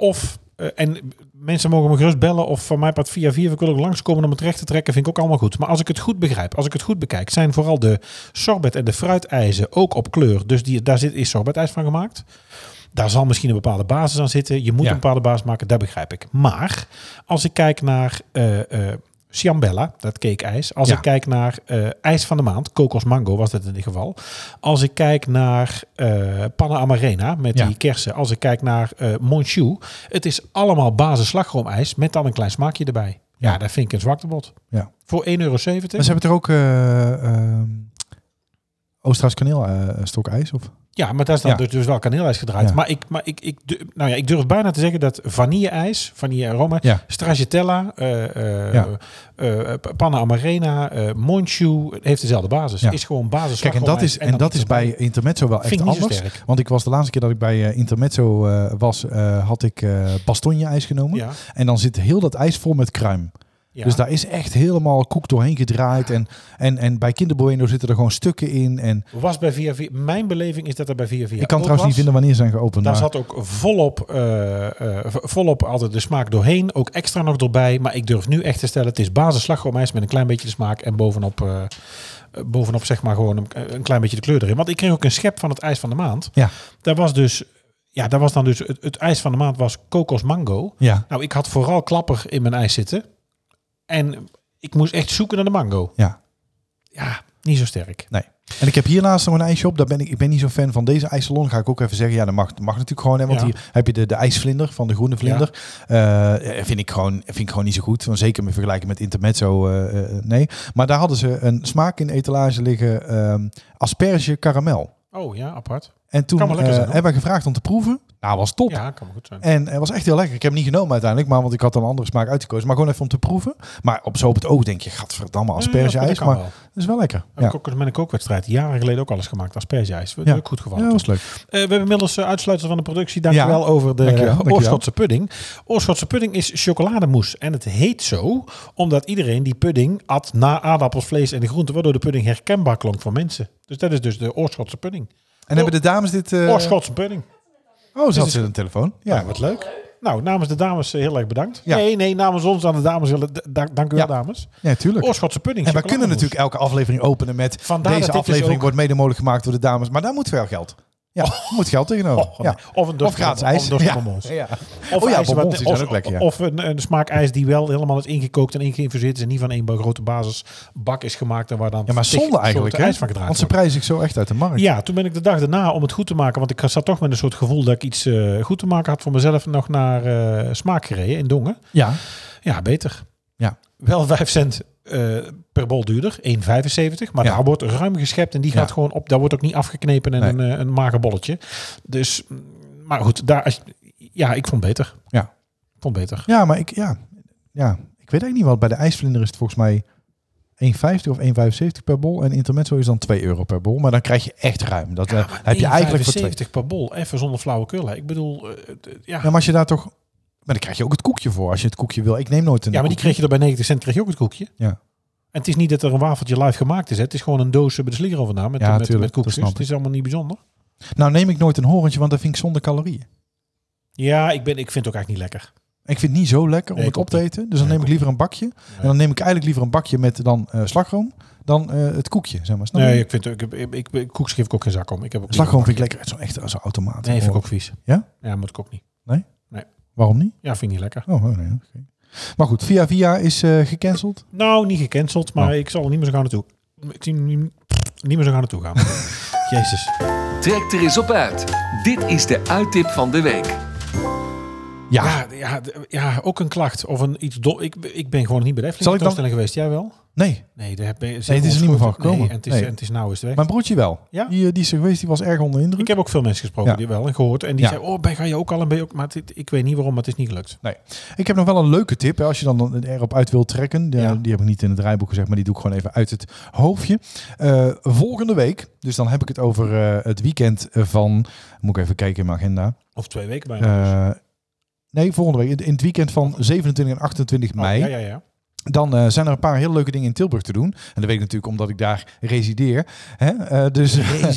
en mensen mogen me gerust bellen of van mij part Via ik wil ook langskomen om het recht te trekken. Vind ik ook allemaal goed. Maar als ik het goed begrijp, als ik het goed bekijk, zijn vooral de sorbet en de fruitijzen ook op kleur. Dus is sorbetijs van gemaakt. Daar zal misschien een bepaalde basis aan zitten. Je moet een bepaalde basis maken, dat begrijp ik. Maar als ik kijk naar... Ciambella, dat cakeijs. Als ik kijk naar ijs van de maand, kokos mango was dat in dit geval. Als ik kijk naar panna amarena met die kersen. Als ik kijk naar Monchou. Het is allemaal basis slagroomijs met dan een klein smaakje erbij. Ja, dat vind ik een zwaktebod. Ja. Voor €1,70. Maar ze hebben er ook Oostenrijks kaneelstok-ijs of... Ja, maar dat is dan dus wel kaneelijs gedraaid. Ja. Maar ik durf bijna te zeggen dat vanille-ijs, vanille aroma, stracciatella, panna amarena, Monchou heeft dezelfde basis. Is gewoon basis. Kijk, en dat is bij Intermezzo wel echt anders. Want ik was de laatste keer dat ik bij Intermezzo was, had ik bastogne-ijs genomen. Ja. En dan zit heel dat ijs vol met kruim. Ja. Dus daar is echt helemaal koek doorheen gedraaid. En bij Kinder Bueno zitten er gewoon stukken in. En was bij Via. Mijn beleving is dat er bij Via. Ik kan trouwens niet vinden wanneer ze zijn geopend. Daar zat ook volop altijd de smaak doorheen. Ook extra nog erbij. Maar ik durf nu echt te stellen, het is basis slagroomijs met een klein beetje de smaak. En bovenop zeg maar gewoon een klein beetje de kleur erin. Want ik kreeg ook een schep van het ijs van de maand. Ja. Daar was dan dus het ijs van de maand was kokos mango. Ja. Nou, ik had vooral klapper in mijn ijs zitten. En ik moest echt zoeken naar de mango. Ja, niet zo sterk. Nee. En ik heb hiernaast nog een ijsshop. Ik ben niet zo fan van deze ijssalon. Ga ik ook even zeggen. Ja, dat mag natuurlijk gewoon. Hè, want hier heb je de ijsvlinder van de groene vlinder. Ja. Vind ik gewoon niet zo goed. Want zeker met vergelijking met Intermezzo. Nee. Maar daar hadden ze een smaak in de etalage liggen. Asperge karamel. Oh ja, apart. En toen hebben we gevraagd om te proeven. Nou, was top. Ja, kan goed zijn. En het was echt heel lekker. Ik heb hem niet genomen uiteindelijk, maar want ik had een andere smaak uitgekozen. Maar gewoon even om te proeven. Maar op het oog denk je, gadverdamme, asperge-ijs. Maar dat is wel lekker. Heb ik ook met een kookwedstrijd jaren geleden ook alles gemaakt. Asperge-ijs. Dat is ook goed gevallen. Ja, dat was leuk. We hebben inmiddels uitsluitsel van de productie. Dankjewel over de Oorschotse pudding. Oorschotse pudding is chocolademousse. En het heet zo, omdat iedereen die pudding at na aardappels, vlees en de groenten, waardoor de pudding herkenbaar klonk voor mensen. Dus dat is dus de Oorschotse pudding. En hebben de dames dit... Oorschotse pudding. Oh, zat ze in een telefoon? Ja, wat leuk. Nou, namens de dames heel erg bedankt. Ja. Nee, namens ons aan de dames. Dank u wel, Ja. dames. Ja, tuurlijk. Oorschotse pudding. En we kunnen natuurlijk elke aflevering openen met... Vandaar dat deze dit dus aflevering ook- wordt mede mogelijk gemaakt door de dames. Maar daar moet wel geld. Ja, er moet geld tegenover. Ja. Of een Of gratis ijs. Of een doosje bonbons. Ja. Of Oh ja, ijs bonbons die zijn ook of, lekker, ja. of een smaakijs die wel helemaal is ingekookt en ingeïnfuseerd is en niet van één grote basisbak is gemaakt en waar dan Ja, maar tig zonde eigenlijk, soorten hè? ijs van gedraaid Want ze wordt. prijzen zich zo echt uit de markt. Ja, toen ben ik de dag daarna om het goed te maken, want ik zat toch met een soort gevoel dat ik iets goed te maken had voor mezelf, nog naar Smaak gereden in Dongen. Ja. Ja, beter. Ja. Wel 5 cent per bol duurder, 1,75. Maar Ja. daar wordt ruim geschept en die Ja. gaat gewoon op. Daar wordt ook niet afgeknepen en Nee. een mager bolletje. Dus, maar goed, ik vond beter. Ja. Ik vond beter. Ja, maar ik weet eigenlijk niet wat. Bij de ijsvlinder is het volgens mij 1,50 of 1,75 per bol. En intermezzo is dan €2 per bol. Maar dan krijg je echt ruim. Dat heb je eigenlijk voor 2. 1,75 per bol, even zonder flauwekul. Hè. Ik bedoel, Ja, maar als je daar toch... Maar dan krijg je ook het koekje voor. Als je het koekje wil. Ik neem nooit een ja, maar die kreeg je er bij 90 cent, kreeg je ook het koekje. Ja. En het is niet dat er een wafeltje live gemaakt is. Hè. Het is gewoon een doos bij de Slinger vandaan met, Ja, met tuurlijk, koekjes. dat snap Het is allemaal niet bijzonder. Nou neem ik nooit een horentje, want dat vind ik zonder calorieën. Ja, ik vind het ook eigenlijk niet lekker. Ik vind het niet zo lekker om Nee, het ik op te ook niet. eten. Dus dan Nee, neem ik ik ook liever een bakje. En dan neem ik eigenlijk liever een bakje met dan slagroom dan het koekje. Zeg maar. Snap je? Nee, ik vind koekjes geef ik ook geen zak om. Ik heb ook Slagroom vind ik lekker. Zo'n echt zo'n automaat. Nee, vind ik ook vies. Ja? Ja, moet ik ook niet. Waarom niet? Ja, vind ik niet lekker. Oh, nee. Okay. Maar goed, Via is gecanceld. Nou, niet gecanceld, maar Oh. ik zal er niet meer zo gaan naartoe. Ik zie niet meer zo gaan naartoe gaan. Jezus. Trek er eens op uit. Dit is de uittip van de week. Ja. Ja, ook een klacht of een iets dom. Ik ben gewoon niet bij de Zal ik dan- Efteling geweest. Jij wel? Nee, Nee, daar heb je het is er niet meer van gekomen. Nee, en Nee. het is nou eens weg. mijn broertje wel. Ja? Die is er geweest, die was erg onder indruk. Ik heb ook veel mensen gesproken Ja. die wel en gehoord. En die Ja. zeiden, ga je ook al een beetje... Maar ik weet niet waarom, maar het is niet gelukt. Ik heb nog wel een leuke tip. Hè, als je dan erop uit wilt trekken. Ja. Die heb ik niet in het draaiboek gezegd, maar die doe ik gewoon even uit het hoofdje. Volgende week, dus dan heb ik het over het weekend van... Moet ik even kijken in mijn agenda. Of 2 weken bijna. Nee, volgende week. In het weekend van 27 en 28 mei. Ja. Dan zijn er een paar hele leuke dingen in Tilburg te doen. En dat weet ik natuurlijk omdat ik daar resideer. Hè? Dus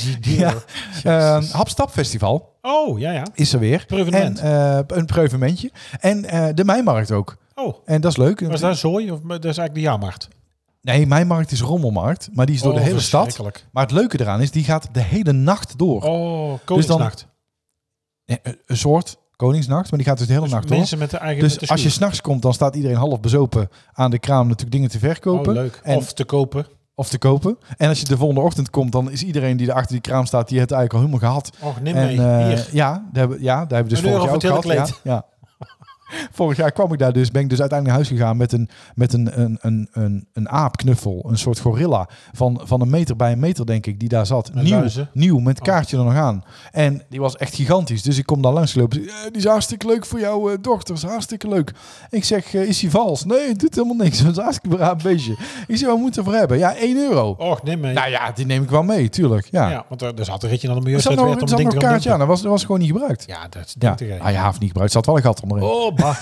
ja. Hapstap-festival Oh, ja. is er weer. Preuvenement. En een preuvementje. En de Meimarkt ook. Oh, En dat is leuk. was dat zooi? Of dat is eigenlijk de jaarmarkt? Nee, Meimarkt is rommelmarkt. Maar die is door de hele stad. Verschrikkelijk. Maar het leuke eraan is, die gaat de hele nacht door. Oh, Koningsnacht. Een soort Koningsnacht, maar die gaat dus de hele Dus nacht door. mensen met de eigen... Dus met de als je schuur. s'nachts komt, dan staat iedereen half bezopen aan de kraam natuurlijk dingen te verkopen. Oh, leuk. En- Of te kopen. Of te kopen. En als je de volgende ochtend komt, dan is iedereen die er achter die kraam staat, die het eigenlijk al helemaal gehad. Och, neem En mee. Hier. daar hebben we dus €1 vorig jaar voor ook het hele gehad. kleed. Ja. Vorig jaar kwam ik daar dus, ben ik dus uiteindelijk naar huis gegaan met een aapknuffel, een soort gorilla van 1 meter bij 1 meter denk ik, die daar zat. Met luizen? Nieuw, met kaartje er nog aan. En die was echt gigantisch. Dus ik kom daar langs gelopen. Die is hartstikke leuk voor jouw dochters, hartstikke leuk. Ik zeg, is die vals? Nee, het doet helemaal niks. Dat is een hartstikke braaf beestje. Ik zeg, wat moet je ervoor hebben? Ja, €1. Och, neem mee. Nou ja, die neem ik wel mee, tuurlijk. Ja. Ja, want er zat een ritje naar de Er milieustrijd zat nog, werd om er zat ding nog te een gaan kaartje aan. dumpen. Dat was gewoon niet gebruikt. Ja, dat is Ja, ding te geven. hij heeft niet gebruikt. Er zat wel een gat onderin. Oh, bah.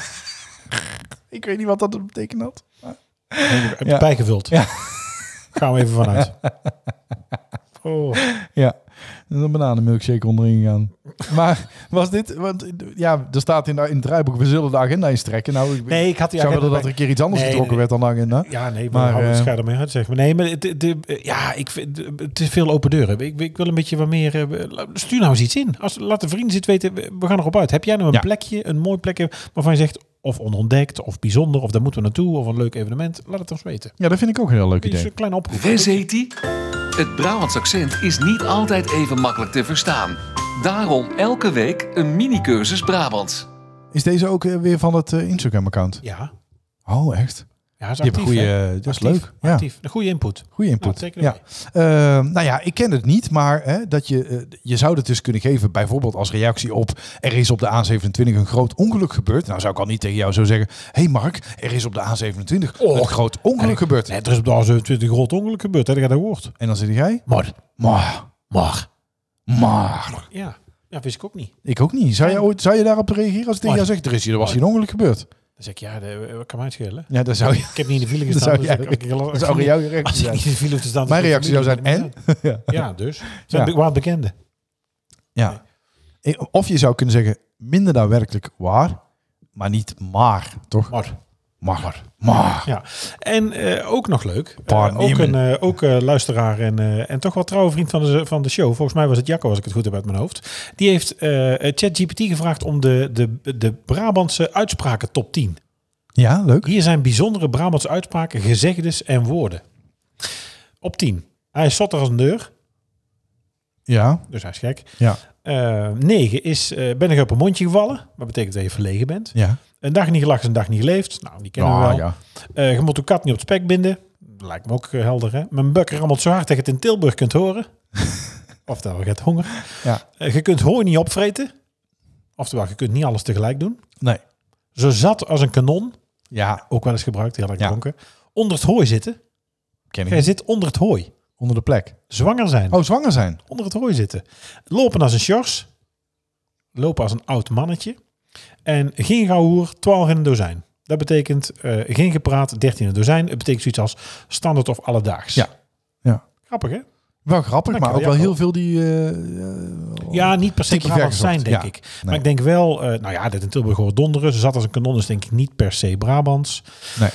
Ik weet niet wat dat betekent had. Heb je Ja. bijgevuld? Ja. Gaan we even vanuit. Oh. Ja, een bananenmilkshake onderin gegaan. Maar was dit... Want ja, er staat in het draaiboek, we zullen de agenda instrekken. Nou, Nee, ik had die zou willen agenda dat er een keer iets anders Nee, getrokken nee. werd dan de agenda. Ja, nee, Maar, maar schijt ermee uit, zeg maar. Nee, maar ik vind, het is veel open deuren. Ik wil een beetje wat meer... stuur nou eens iets in. Laat de vrienden zitten weten, we gaan erop uit. Heb jij nou een Ja. plekje, een mooi plekje, waarvan je zegt, of onontdekt, of bijzonder, of daar moeten we naartoe, of een leuk evenement? Laat het ons weten. Ja, dat vind ik ook een heel leuk Dit is idee. een klein oproep. Wes heet die? Het Brabants accent is niet altijd even makkelijk te verstaan. Daarom elke week een mini-cursus Brabants. Is deze ook weer van het Instagram-account? Ja. Oh, echt? Ja, dat is Je hebt actief, goede... hè? Dat is Actief, leuk. Ja, Actief. Een goede input. goede input. Nou, zeker ja. Nou ja, ik ken het niet, maar dat je zou het dus kunnen geven, bijvoorbeeld als reactie op er is op de A27 een groot ongeluk gebeurd. Nou zou ik al niet tegen jou zo zeggen, hey Mark, er is op de A27 een groot ongeluk gebeurd. Nee, er is op de A27 een groot ongeluk gebeurd. Heb je dat gehoord? En dan zeg jij, Maar. Ja, wist ik ook niet. ik ook niet. Zou je daarop reageren als ik tegen Maar- jou zeg, er was hier een ongeluk gebeurd? Dan zeg ik, ja, wat kan mij het schelen? Ja, dan zou je... Ik heb niet in de file Dan gestaan. zou jij- dat zou jouw reactie Als ik zijn. niet in de file te staan... Mijn reactie zou zijn, en? Ja. Ja, dus. Zijn Ja. waar bekende. Ja. Of je zou kunnen zeggen, minder daadwerkelijk waar, Maar niet maar, toch? Maar. Ja. En ook nog leuk. Paarnemen. Ook luisteraar en toch wel trouwe vriend van de show. Volgens mij was het Jacco, als ik het goed heb uit mijn hoofd. Die heeft ChatGPT gevraagd om de Brabantse uitspraken top 10. Ja, leuk. Hier zijn bijzondere Brabantse uitspraken, gezegdes en woorden. Op 10. Hij is zotter als een deur. Ja. Dus hij is gek. Ja. 9 is, ben ik op een mondje gevallen. Wat betekent dat je verlegen bent. Ja. Een dag niet gelachen is een dag niet geleefd. Nou, die kennen we wel. Ja. Je moet de kat niet op het spek binden. Lijkt me ook helder, hè? Mijn bukker rammelt zo hard dat je het in Tilburg kunt horen. Oftewel, je hebt honger. Ja. Je kunt hooi niet opvreten. Oftewel, je kunt niet alles tegelijk doen. Nee. Zo zat als een kanon. Ja. Ook wel eens gebruikt, die had ik Ja. gedronken. Onder het hooi zitten. Ken ik Jij niet. zit onder het hooi. Onder de plek. Zwanger zijn. Oh, zwanger zijn. Onder het hooi zitten. Lopen als een sjors. Lopen als een oud mannetje. En geen gauwhoer, 12 in een dozijn. Dat betekent geen gepraat, 13 in een dozijn. Het betekent zoiets als standaard of alledaags. Ja. Ja. Grappig, hè? Wel grappig, maar Dankjewel, ook wel Jacco. heel veel die... Ja, niet per se stukje Brabants zijn, vergezocht. denk Ja. ik. Nee. Maar ik denk wel... nou ja, dit in Tilburg hoort donderen. Ze zat als een kanon, dus denk ik niet per se Brabants. Nee.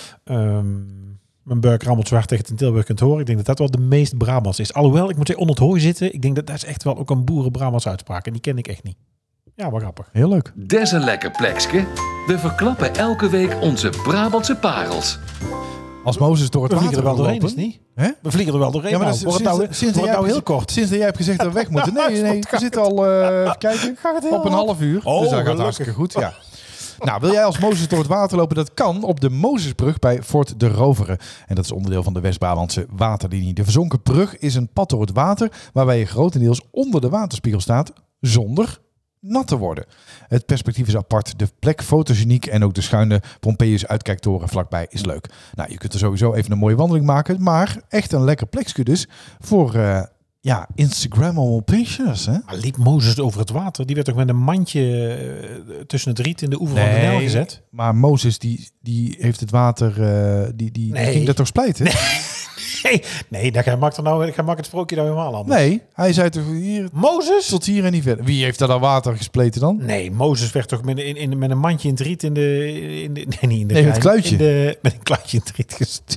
Mijn buik rammelt zwart tegen het in Tilburg kunt horen. Ik denk dat dat wel de meest Brabants is. Alhoewel, ik moet zeggen, onder het hooi zitten. Ik denk dat is echt wel ook een boeren-Brabants uitspraak. En die ken ik echt niet. Ja, wel grappig. Heel leuk. Des een lekker plekske. We verklappen elke week onze Brabantse parels. Als Mozes door het We water vliegen er wel doorheen, lopen. is het niet? Hè? We vliegen er wel doorheen. Ja, maar dat nou. is Wordt het nou, sinds wordt het nou heel kort? Sinds dat jij hebt gezegd dat we weg moeten. Nee, we zitten al even kijken, op een half uur. Oh, dus dat gaat gelukkig. hartstikke goed. Ja. Nou, wil jij als Mozes door het water lopen? Dat kan op de Mozesbrug bij Fort de Roveren. En dat is onderdeel van de West-Brabantse waterlinie. De verzonken brug is een pad door het water waarbij je grotendeels onder de waterspiegel staat zonder nat te worden. Het perspectief is apart, de plek fotogeniek en ook de schuine Pompeius uitkijktoren vlakbij is leuk. Nou, je kunt er sowieso even een mooie wandeling maken, maar echt een lekker plekje dus voor Instagrammable pictures. Hè? Maar liep Mozes over het water? Die werd toch met een mandje tussen het riet in de oever van de Nijl gezet? Maar Mozes die heeft het water, die ging dat toch splijten? Nee, jij maakt het sprookje nou helemaal anders. Nee, hij zei toch hier Mozes? tot hier en niet verder. Wie heeft daar dan water gespleten dan? Nee, Mozes werd toch met een mandje in het riet in de nee, niet in de Nee, met Rijn, kluitje. met een kluitje in het riet gestuurd.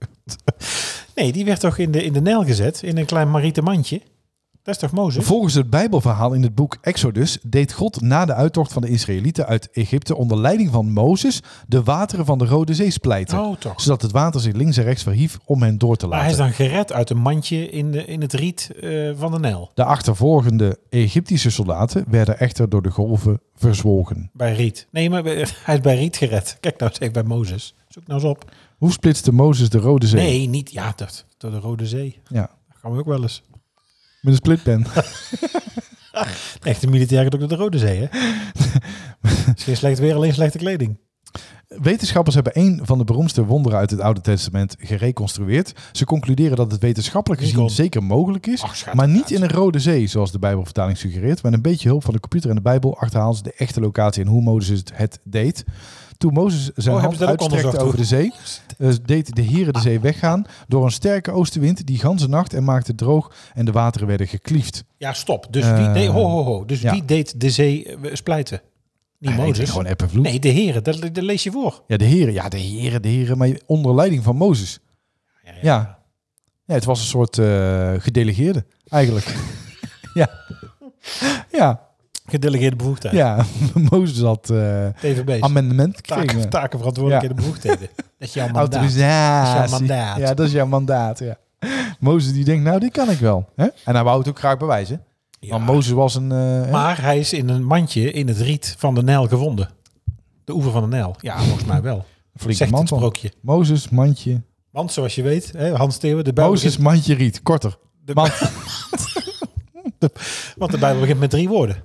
Nee, die werd toch in de Nijl gezet, in een klein marieten mandje. Dat is toch Mozes? Volgens het Bijbelverhaal in het boek Exodus deed God na de uittocht van de Israëlieten uit Egypte onder leiding van Mozes de wateren van de Rode Zee splijten. Oh, toch. Zodat het water zich links en rechts verhief om hen door te Maar hij is laten. dan gered uit een mandje in het riet van de Nijl. De achtervolgende Egyptische soldaten werden echter door de golven verzwolgen. Bij riet. Nee, maar hij is bij riet gered. Kijk nou eens even bij Mozes. Zoek nou eens op. Hoe splitste Mozes de Rode Zee? Nee, niet. Ja, door de Rode Zee. Ja, Dat gaan we ook wel eens. met een splitpen. Echte militair gaat ook door de Rode Zee, hè? Is geen slecht weer, alleen slechte kleding. Wetenschappers hebben een van de beroemdste wonderen uit het Oude Testament gereconstrueerd. Ze concluderen dat het wetenschappelijk gezien Nikon. zeker mogelijk is, Ach, schat, maar niet schat. in een Rode Zee, zoals de Bijbelvertaling suggereert. Met een beetje hulp van de computer en de Bijbel achterhalen ze de echte locatie en hoe Mozes het deed. Toen Mozes zijn hebben hand ze dat ook uitstrekte onderzocht, over de zee, deed de Heere de zee weggaan door een sterke oostenwind die ganse nacht en maakte het droog en de wateren werden gekliefd. Ja, stop. Dus wie... Nee, ho. Dus ja. wie deed de zee splijten? Niet Ik denk Mozes. gewoon eb en vloed. Nee, de heren. Dat lees je voor. Ja, de Heere, maar onder leiding van Mozes. Ja. Ja, het was een soort gedelegeerde, eigenlijk. Ja. Gedelegeerde bevoegdheid. Ja, Mozes had TVB's. amendement gekregen. Taken, verantwoordelijkheden, bevoegdheden. Dat is jouw mandaat. Autorisatie. Dat is jouw mandaat. Ja, dat is jouw mandaat, ja. Mozes die denkt, nou, die kan ik wel. Hè? En hij wou het ook graag bewijzen. Ja. Want Mozes was een... Maar hij is in een mandje in het riet van de Nijl gevonden. De oever van de Nijl. Ja, volgens mij wel. flinke Zegt man het van. sprookje. Mozes, mandje. Want zoals je weet, hè, Hans Theeuwen, de Bijbel Mozes, mandje, riet. Korter. Man. Want de Bijbel begint met 3 woorden.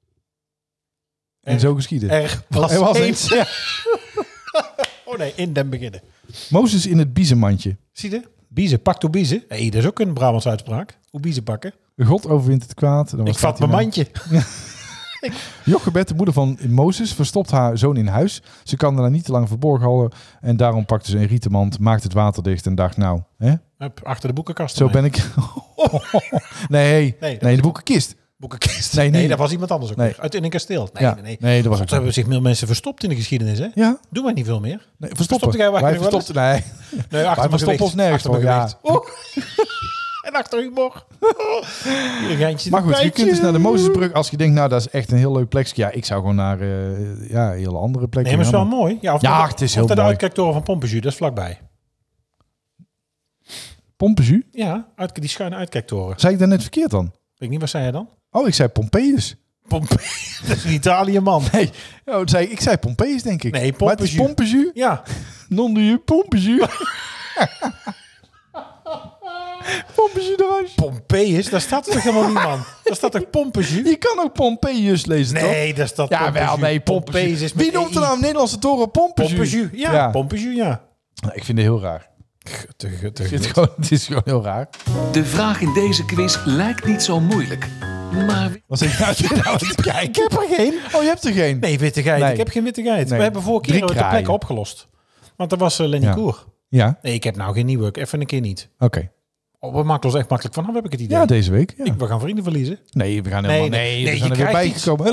En zo geschieden. Er was, Er was eens. eens. Ja. Oh nee, in den beginnen. Mozes in het biezenmandje. Zie je? Biezen, pak door biezen. Hey, dat is ook een Brabants uitspraak. Hoe biezen pakken? God overwint het kwaad. Dan Ik was vat dat mijn die mandje. Jochebed, de moeder van Mozes, verstopt haar zoon in huis. Ze kan haar niet te lang verborgen houden. En daarom pakte ze een rieten mand, maakte het water dicht en dacht, nou, hè? Hup, achter de boekenkast. Zo ben ik... Nee, Nee, in de boekenkist. Boekenkist. Nee, niet. dat was iemand anders ook Nee. weer. Uit in een kasteel. Ja. Nee, dat was ook Toen hebben zich meer mensen verstopt in de geschiedenis, hè? Ja? Doen wij niet veel meer. Nee, Verstopte jij waar Wij je nog wel verstopten, nee. Nee, Wij achter mijn verstoppen ons nergens voor, ja. En achter humor. Hier een geintje Maar goed, je erbij. kunt dus naar de Mozesbrug. Als je denkt, nou, dat is echt een heel leuk plekje. Ja, ik zou gewoon naar hele andere plekken Nee, maar het is gaan. wel mooi. Ja, of Ja, naar het is of heel naar de mooi. uitkijktoren van Pompejus, dat is vlakbij. Pompeju? Ja, die schuine uitkijktoren. Zei ik dat net verkeerd dan? Weet ik niet, wat zei jij dan? Oh, ik zei Pompeius. Dat is een Italië, man. Nee, ik zei Pompeius, denk ik. Nee, Maar het is Pompeju. Pompeju. Ja, Non de Pompeju. Pompeju eruit. Pompeius, daar staat er toch helemaal niet, man. Daar staat toch Pompejus? Je kan ook Pompeius lezen, toch? Nee, daar staat Ja, wel, nee, Pompeius is met Wie noemt er EI. nou een Nederlandse toren Pompeju? Pompejus, ja. Pompejus, ja. Nou, ik vind het heel raar. Te Het is gewoon heel raar. De vraag in deze quiz lijkt niet zo moeilijk. Maar Wat zeg je nou aan het kijken? Ik heb er geen. Oh, je hebt er geen? Nee, witte geit. Nee. Ik heb geen witte geit. Nee. We hebben vorige keer 3 ter kraaien. plekke opgelost. Want dat was Lenny Ja. Koer. Ja, Nee, ik heb nou geen nieuwe. Even een keer niet. oké. Oh, we maken ons echt makkelijk vanaf, heb ik het idee. Ja, deze week. Ja. We gaan vrienden verliezen. Nee, we gaan helemaal... Nee, we je zijn er weer krijgt bijgekomen.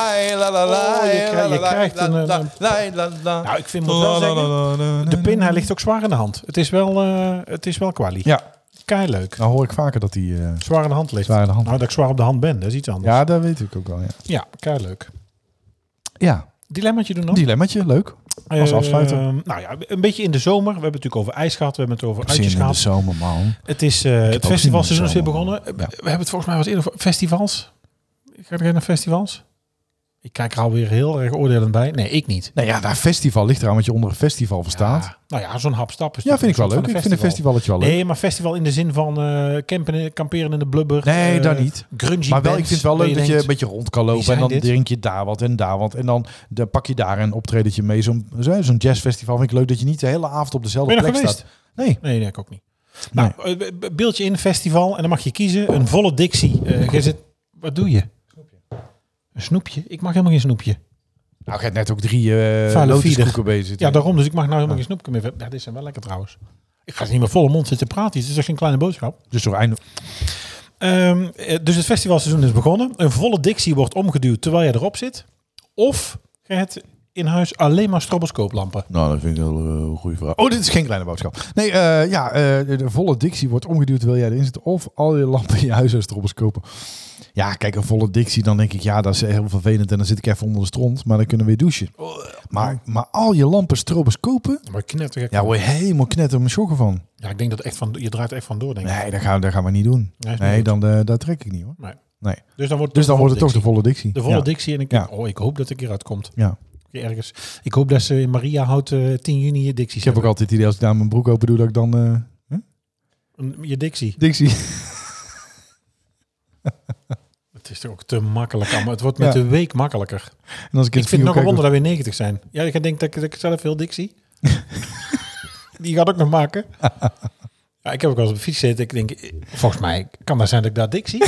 je krijgt een... Nou, ik vind het wel zeggen... De pin, hij ligt ook zwaar in de hand. Het is wel kwalie. Ja, Kei leuk. nou hoor ik vaker dat die Zwaar in de hand ligt. zwaar in de hand... Nou, dat ik zwaar op de hand ben, dat is iets anders. Ja, dat weet ik ook wel, ja. Ja, kei leuk. Ja, Dilemmaatje doen dan? dilemmaatje, leuk. Als afsluiter. Nou ja, een beetje in de zomer. We hebben het natuurlijk over ijs gehad. We hebben het over uitjes Zin in de gehad. zomer, man. Het is ook het zin festivalseizoen in is de weer zomer. begonnen. Ja. We hebben het volgens mij wat eerder over festivals. Ga jij naar festivals? Ik kijk er alweer heel erg oordelend bij. Nee, ik niet. Nou ja, daar festival ligt eraan wat je onder een festival verstaat. Ja, nou ja, zo'n hapstap is Ja, vind ik wel een soort leuk. van Ik vind een festivalletje wel leuk. Nee, maar festival in de zin van kamperen in de blubber. Nee, dat niet. Grungy Maar wel, ik bands, vind het wel leuk dat je denkt, een beetje rond kan lopen. En zijn dan dit? drink je daar wat en daar wat. En dan pak je daar een optredentje mee. Zo'n jazzfestival vind ik leuk dat je niet de hele avond op dezelfde Ben je plek nog staat. Nee. Nee, ik ook niet. Nou, beeldje in festival en dan mag je kiezen. Een volle Dixie. Wat doe je? Een snoepje? Ik mag helemaal geen snoepje. Nou, je hebt net ook 3 Vuile lotuskoeken bezig. Ja, daarom. Dus ik mag nou helemaal geen snoepje meer. Ja, dit zijn wel lekker trouwens. Ik ga ze niet meer volle mond zitten praten. Het is toch geen kleine boodschap? Dus door einde. Dus het festivalseizoen is begonnen. Een volle Dixie wordt omgeduwd terwijl je erop zit. Of je hebt in huis alleen maar stroboscooplampen. Nou, dat vind ik wel een goede vraag. Oh, dit is geen kleine boodschap. Nee, de volle Dixie wordt omgeduwd terwijl jij erin zit. Of al je lampen in je huis als stroboscopen. Ja, kijk, een volle Dixie, dan denk ik, ja, dat is heel vervelend. En dan zit ik even onder de stront, maar dan kunnen we weer douchen. Maar al je lampen stroboscopen, Maar knettergek. ja, word je helemaal knetter mijn schokken van. Ja, ik denk dat echt je draait er echt van door, denk ik. Nee, dat gaan we niet doen. Nee, is niet Nee, goed. dat trek ik niet, hoor. Nee. Dus dan wordt Dus dan wordt het toch de Dixie. volle Dixie. De volle Ja. Dixie. En Ja. ik hoop dat het eruit komt. Ja. Ergens. Ik hoop dat ze in Maria houdt 10 juni je Dixies Ik heb ook altijd het idee als ik daar mijn broek open doe, dat ik dan... je Dixie. Dixie. Het is toch ook te makkelijk allemaal. Het wordt met de week makkelijker. En als Ik vind het nog een wonder dat we 90 zijn. Ja, ik denk dat ik zelf veel Dixie. Die gaat ook nog maken. Ja, ik heb ook wel eens op de fiets gezeten. Ik denk, volgens mij kan dat zijn dat ik daar Dixie.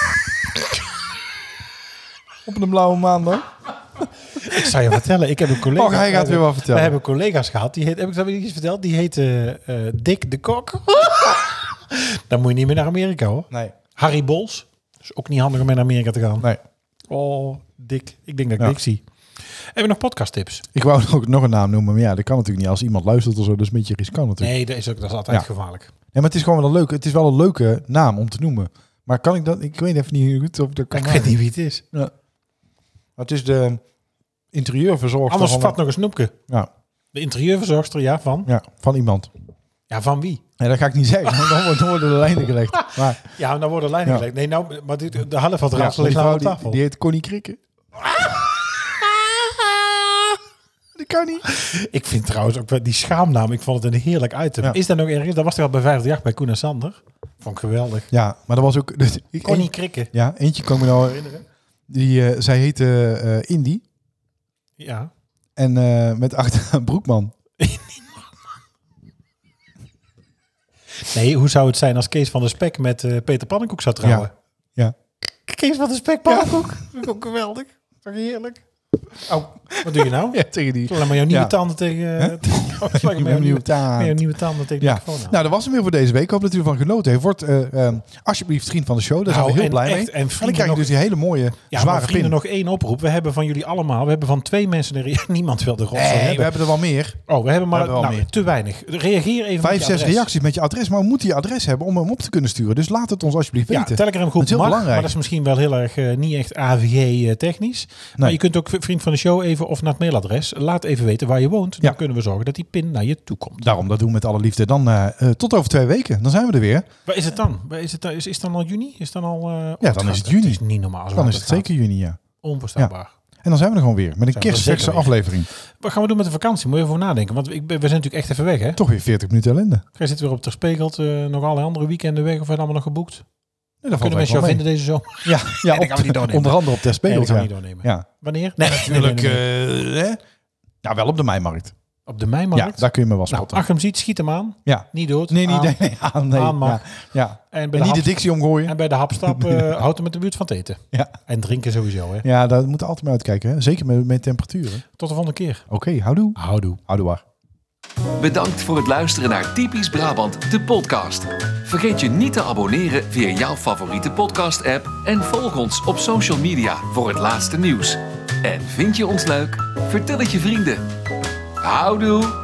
Op een blauwe maandag. Ik zou je vertellen, ik heb een collega. Oh, hij gaat weer wat We vertellen. hebben collega's gehad. Die heet, heb ik dat iets verteld? Die heet Dick de Kok. Dan moet je niet meer naar Amerika, hoor. Nee. Harry Bols. Dus ook niet handig om mee naar Amerika te gaan. Nee. Oh, Dick. Ik denk dat ik Dick zie. Hebben we nog podcasttips? Ik wou nog een naam noemen, maar ja, dat kan natuurlijk niet. Als iemand luistert of zo, dat is een beetje riskant natuurlijk. Nee, dat is altijd Ja. gevaarlijk. Nee, maar het is gewoon wel leuk. Het is wel een leuke naam om te noemen. Maar kan ik dat? Ik weet even niet goed of dat kan. Ik weet niet wie het is. Ja. Maar het is de interieurverzorgster Anders van, vat nog een snoepje. ja, De interieurverzorgster, ja, van? ja, van iemand. Ja, van wie? Nee, dat ga ik niet zeggen. want dan worden de lijnen gelegd. Maar Ja, dan worden lijnen Ja. gelegd. Nee, nou, maar de helft van het ja, raadsel die ligt nou vrouw op tafel. die heet Connie Krikke. Die kan niet. Ik vind trouwens ook wel die schaamnaam, ik vond het een heerlijk item. Ja. Is dat nog ergens? Dat was toch al bij 538 bij Koen en Sander? Vond ik geweldig. Ja, maar dat was ook... Dus, Connie Krikke. Ja, eentje kan ik me nou herinneren. Zij heette Indy. Ja. En met achternaam Broekman. Nee, hoe zou het zijn als Kees van der Spek met Peter Pannenkoek zou trouwen? Ja. Kees van der Spek Pannenkoek? Dat is ook geweldig. Toch heerlijk? Oh. Wat doe je nou? Ja, tegen die... Sla maar jouw nieuwe tanden tegen... Sla maar jouw nieuwe tanden tegen de microfoon aan. Nou, dat was hem weer voor deze week. Ik hoop dat u ervan genoten heeft. Word alsjeblieft vriend van de show. Daar zijn we heel blij mee. En dan krijg je dus die hele mooie, zware pin. Nog 1 oproep. We hebben van jullie allemaal... We hebben van 2 mensen... Niemand wil de rotzooi hebben. We hebben er wel meer. Oh, we hebben maar meer. Te weinig. Reageer even 5, 6 reacties met je adres. Maar we moeten je adres hebben om hem op te kunnen sturen. Dus laat het ons alsjeblieft weten. Ja, Telegram groep mag, maar dat is misschien wel heel erg niet echt AVG technisch. Maar je kunt ook vriend van de show even of naar het mailadres. Laat even weten waar je woont. Dan kunnen we zorgen dat die pin naar je toe komt. Daarom, dat doen we met alle liefde. Dan tot over 2 weken. Dan zijn we er weer. Waar is het dan? Is het dan al juni? Is het dan al... ja, dan is het juni. Het is niet normaal. Dan is het zeker juni, ja. Onverstaanbaar. Ja. En dan zijn we er gewoon weer. Met een kerstverse aflevering. Wat gaan we doen met de vakantie? Moet je even voor nadenken. Want we zijn natuurlijk echt even weg, hè? Toch weer 40 minuten ellende. Jij zit weer op Ter Spegelt. Nog alle andere weekenden weg. Of we allemaal nog geboekt? Nee, dat kunnen mensen jou vinden deze zomer? Ja, nee, dat gaan we niet doornemen. Onder andere op Ter Spegelt. Nee, dat gaan we niet doornemen. Ja. Wanneer? Nee, natuurlijk. Ja, wel op de Meimarkt. Op de Meimarkt? Ja, daar kun je me wel spotten. Als je hem ziet, schiet hem aan. Ja. Niet dood. Nee, aan mag. Ja. En niet de dictie omgooien. En bij de hapstap houdt hem met de buurt van het eten. Ja. En drinken sowieso, hè? Ja, daar moeten we altijd mee uitkijken. Hè? Zeker met temperaturen. Tot de volgende keer. Oké, houdoe. Houdoe. Bedankt voor het luisteren naar Typisch Brabant, de podcast. Vergeet je niet te abonneren via jouw favoriete podcast-app en volg ons op social media voor het laatste nieuws. En vind je ons leuk? Vertel het je vrienden. Houdoe!